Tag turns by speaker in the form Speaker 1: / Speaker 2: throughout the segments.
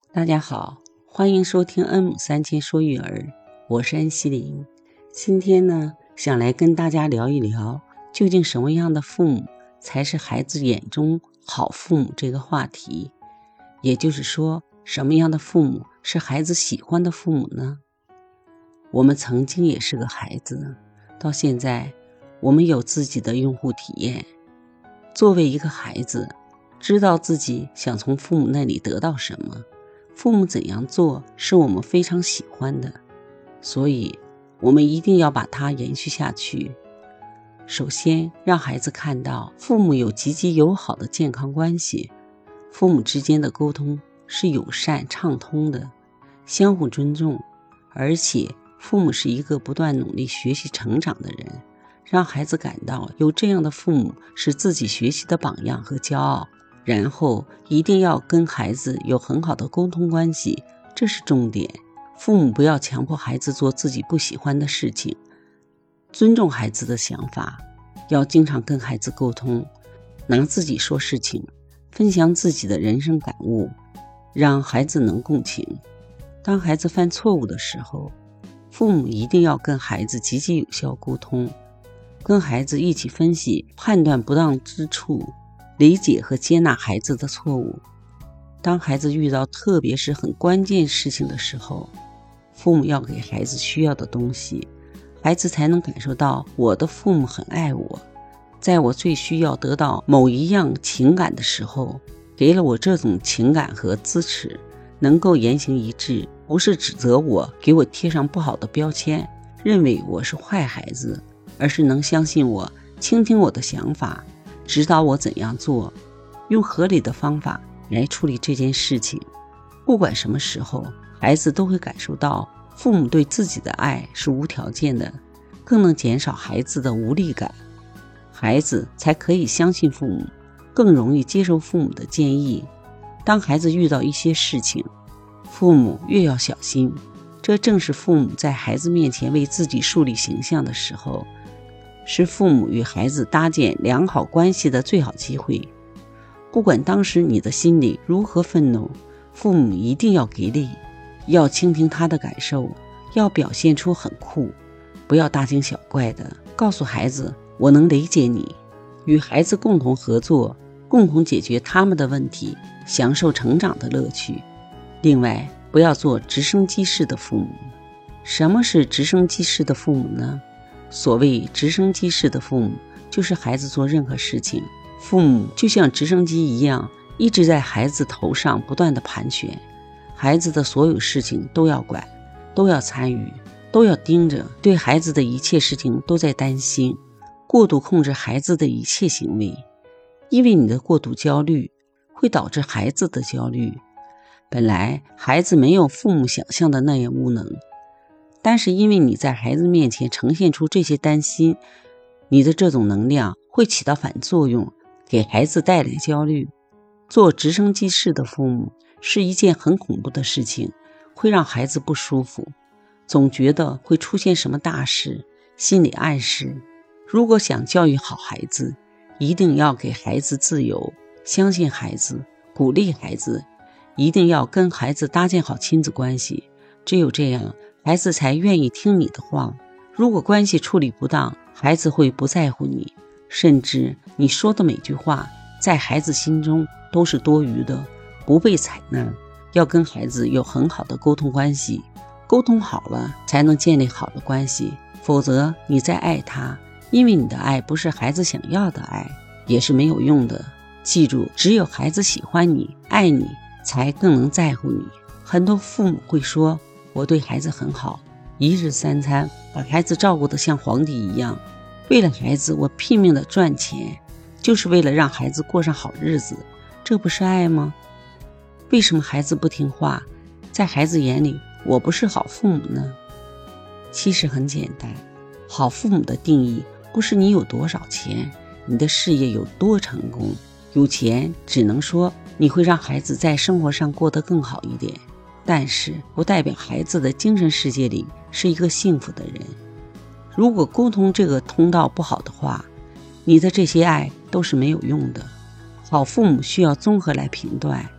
Speaker 1: 大家好，欢迎收听恩母3000说育儿，我是恩熙玲。今天呢，想来跟大家聊一聊，究竟什么样的父母才是孩子眼中好父母这个话题。也就是说，什么样的父母是孩子喜欢的父母呢？我们曾经也是个孩子，到现在我们有自己的用户体验。作为一个孩子，知道自己想从父母那里得到什么，父母怎样做是我们非常喜欢的，所以我们一定要把它延续下去。首先，让孩子看到父母有积极友好的健康关系，父母之间的沟通是友善畅通的，相互尊重，而且父母是一个不断努力学习成长的人，让孩子感到有这样的父母是自己学习的榜样和骄傲。然后一定要跟孩子有很好的沟通关系，这是重点。父母不要强迫孩子做自己不喜欢的事情，尊重孩子的想法，要经常跟孩子沟通，拿自己说事情，分享自己的人生感悟，让孩子能共情。当孩子犯错误的时候，父母一定要跟孩子积极有效沟通，跟孩子一起分析判断不当之处，理解和接纳孩子的错误。当孩子遇到特别是很关键事情的时候，父母要给孩子需要的东西，孩子才能感受到我的父母很爱我，在我最需要得到某一样情感的时候，给了我这种情感和支持，能够言行一致，不是指责我，给我贴上不好的标签，认为我是坏孩子，而是能相信我，倾听我的想法，指导我怎样做，用合理的方法来处理这件事情。不管什么时候，孩子都会感受到父母对自己的爱是无条件的，更能减少孩子的无力感，孩子才可以相信父母，更容易接受父母的建议。当孩子遇到一些事情，父母越要小心，这正是父母在孩子面前为自己树立形象的时候，是父母与孩子搭建良好关系的最好机会。不管当时你的心里如何愤怒，父母一定要给力，要倾听他的感受，要表现出很酷，不要大惊小怪的告诉孩子我能理解你，与孩子共同合作，共同解决他们的问题，享受成长的乐趣。另外，不要做直升机式的父母。什么是直升机式的父母呢？所谓直升机式的父母，就是孩子做任何事情，父母就像直升机一样，一直在孩子头上不断的盘旋，孩子的所有事情都要管，都要参与，都要盯着，对孩子的一切事情都在担心，过度控制孩子的一切行为。因为你的过度焦虑会导致孩子的焦虑。本来孩子没有父母想象的那样无能，但是因为你在孩子面前呈现出这些担心，你的这种能量会起到反作用，给孩子带来焦虑。做直升机式的父母是一件很恐怖的事情，会让孩子不舒服，总觉得会出现什么大事，心理暗示。如果想教育好孩子，一定要给孩子自由，相信孩子，鼓励孩子，一定要跟孩子搭建好亲子关系，只有这样，孩子才愿意听你的话。如果关系处理不当，孩子会不在乎你，甚至你说的每句话在孩子心中都是多余的，不被采纳。要跟孩子有很好的沟通关系，沟通好了才能建立好的关系，否则你在爱他，因为你的爱不是孩子想要的爱，也是没有用的。记住，只有孩子喜欢你，爱你，才更能在乎你。很多父母会说，我对孩子很好，一日三餐把孩子照顾得像皇帝一样，为了孩子我拼命的赚钱，就是为了让孩子过上好日子，这不是爱吗？为什么孩子不听话，在孩子眼里我不是好父母呢？其实很简单，好父母的定义不是你有多少钱，你的事业有多成功，有钱只能说你会让孩子在生活上过得更好一点，但是不代表孩子的精神世界里是一个幸福的人。如果沟通这个通道不好的话，你的这些爱都是没有用的。好父母需要综合来评断，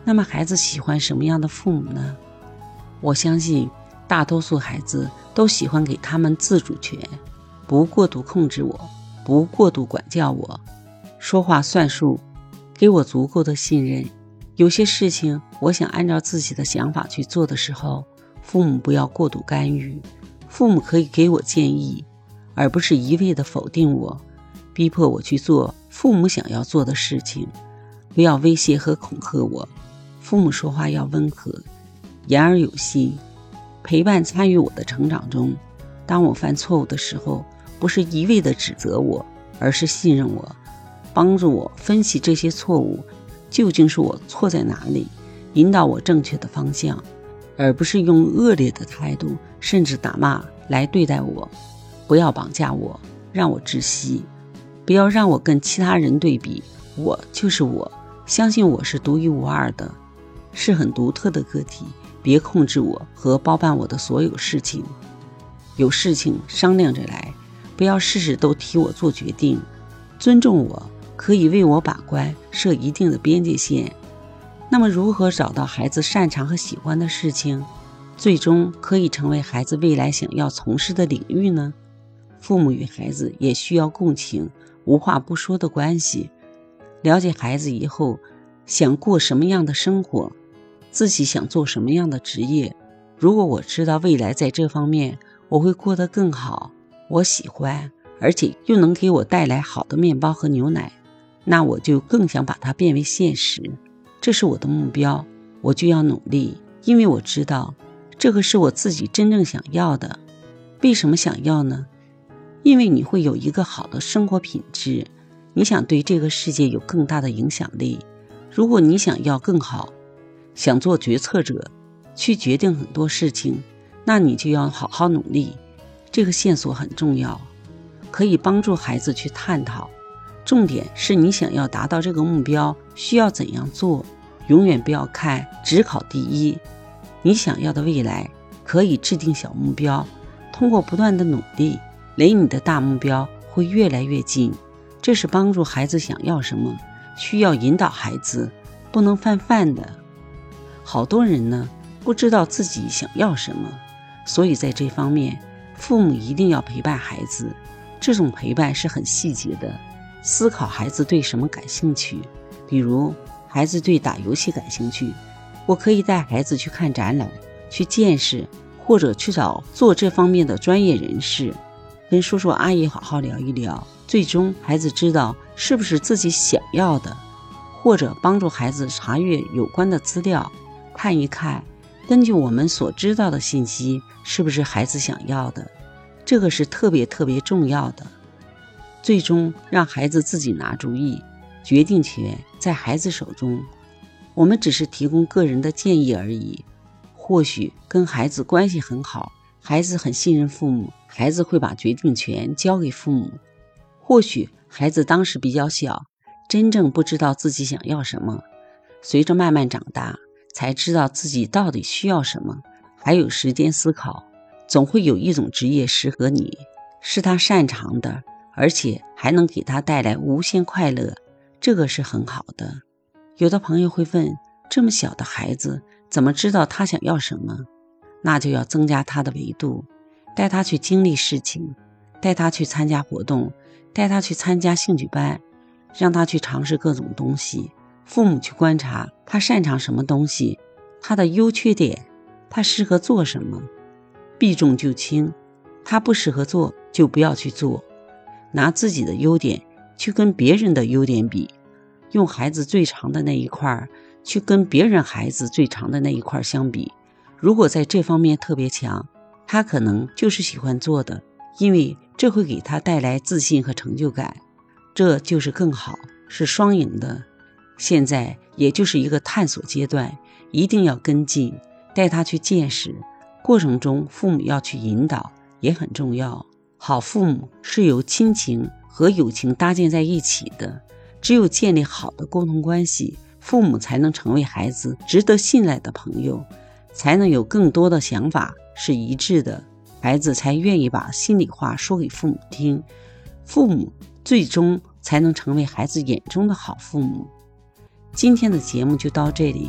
Speaker 1: 那么孩子喜欢什么样的父母呢？我相信大多数孩子都喜欢给他们自主权，不过度控制我，不过度管教我，说话算数，给我足够的信任。有些事情我想按照自己的想法去做的时候，父母不要过度干预。父母可以给我建议，而不是一味的否定我，逼迫我去做父母想要做的事情。不要威胁和恐吓我。父母说话要温和，言而有信，陪伴参与我的成长中。当我犯错误的时候，不是一味的指责我，而是信任我，帮助我分析这些错误究竟是我错在哪里，引导我正确的方向，而不是用恶劣的态度甚至打骂来对待我。不要绑架我，让我窒息，不要让我跟其他人对比，我就是我，相信我是独一无二的，是很独特的个体。别控制我和包办我的所有事情，有事情商量着来，不要事事都替我做决定。尊重我，可以为我把关，设一定的边界线。那么如何找到孩子擅长和喜欢的事情，最终可以成为孩子未来想要从事的领域呢？父母与孩子也需要共情，无话不说的关系，了解孩子以后想过什么样的生活，自己想做什么样的职业。如果我知道未来在这方面我会过得更好，我喜欢，而且又能给我带来好的面包和牛奶，那我就更想把它变为现实。这是我的目标，我就要努力，因为我知道这个是我自己真正想要的。为什么想要呢？因为你会有一个好的生活品质，你想对这个世界有更大的影响力。如果你想要更好，想做决策者，去决定很多事情，那你就要好好努力。这个线索很重要，可以帮助孩子去探讨。重点是你想要达到这个目标需要怎样做，永远不要看只考第一。你想要的未来可以制定小目标，通过不断的努力，离你的大目标会越来越近。这是帮助孩子想要什么，需要引导孩子，不能泛泛的。好多人呢，不知道自己想要什么，所以在这方面，父母一定要陪伴孩子。这种陪伴是很细节的，思考孩子对什么感兴趣。比如孩子对打游戏感兴趣，我可以带孩子去看展览，去见识，或者去找做这方面的专业人士，跟叔叔阿姨好好聊一聊，最终孩子知道是不是自己想要的，或者帮助孩子查阅有关的资料，看一看根据我们所知道的信息是不是孩子想要的。这个是特别重要的。最终让孩子自己拿主意，决定权在孩子手中，我们只是提供个人的建议而已。或许跟孩子关系很好，孩子很信任父母，孩子会把决定权交给父母。或许孩子当时比较小，真正不知道自己想要什么，随着慢慢长大，才知道自己到底需要什么，还有时间思考，总会有一种职业适合你，是他擅长的，而且还能给他带来无限快乐，这个是很好的。有的朋友会问，这么小的孩子怎么知道他想要什么？那就要增加他的维度，带他去经历事情，带他去参加活动，带他去参加兴趣班，让他去尝试各种东西。父母去观察他擅长什么东西，他的优缺点，他适合做什么，避重就轻，他不适合做就不要去做。拿自己的优点去跟别人的优点比，用孩子最长的那一块去跟别人孩子最长的那一块相比。如果在这方面特别强，他可能就是喜欢做的，因为这会给他带来自信和成就感，这就是更好，是双赢的。现在也就是一个探索阶段，一定要跟进，带他去见识，过程中父母要去引导也很重要。好父母是由亲情和友情搭建在一起的，只有建立好的沟通关系，父母才能成为孩子值得信赖的朋友，才能有更多的想法是一致的，孩子才愿意把心里话说给父母听，父母最终才能成为孩子眼中的好父母。今天的节目就到这里，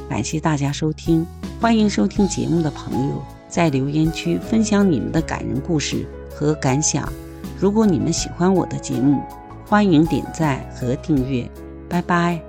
Speaker 1: 感谢大家收听，欢迎收听节目的朋友在留言区分享你们的感人故事和感想。如果你们喜欢我的节目，欢迎点赞和订阅，拜拜。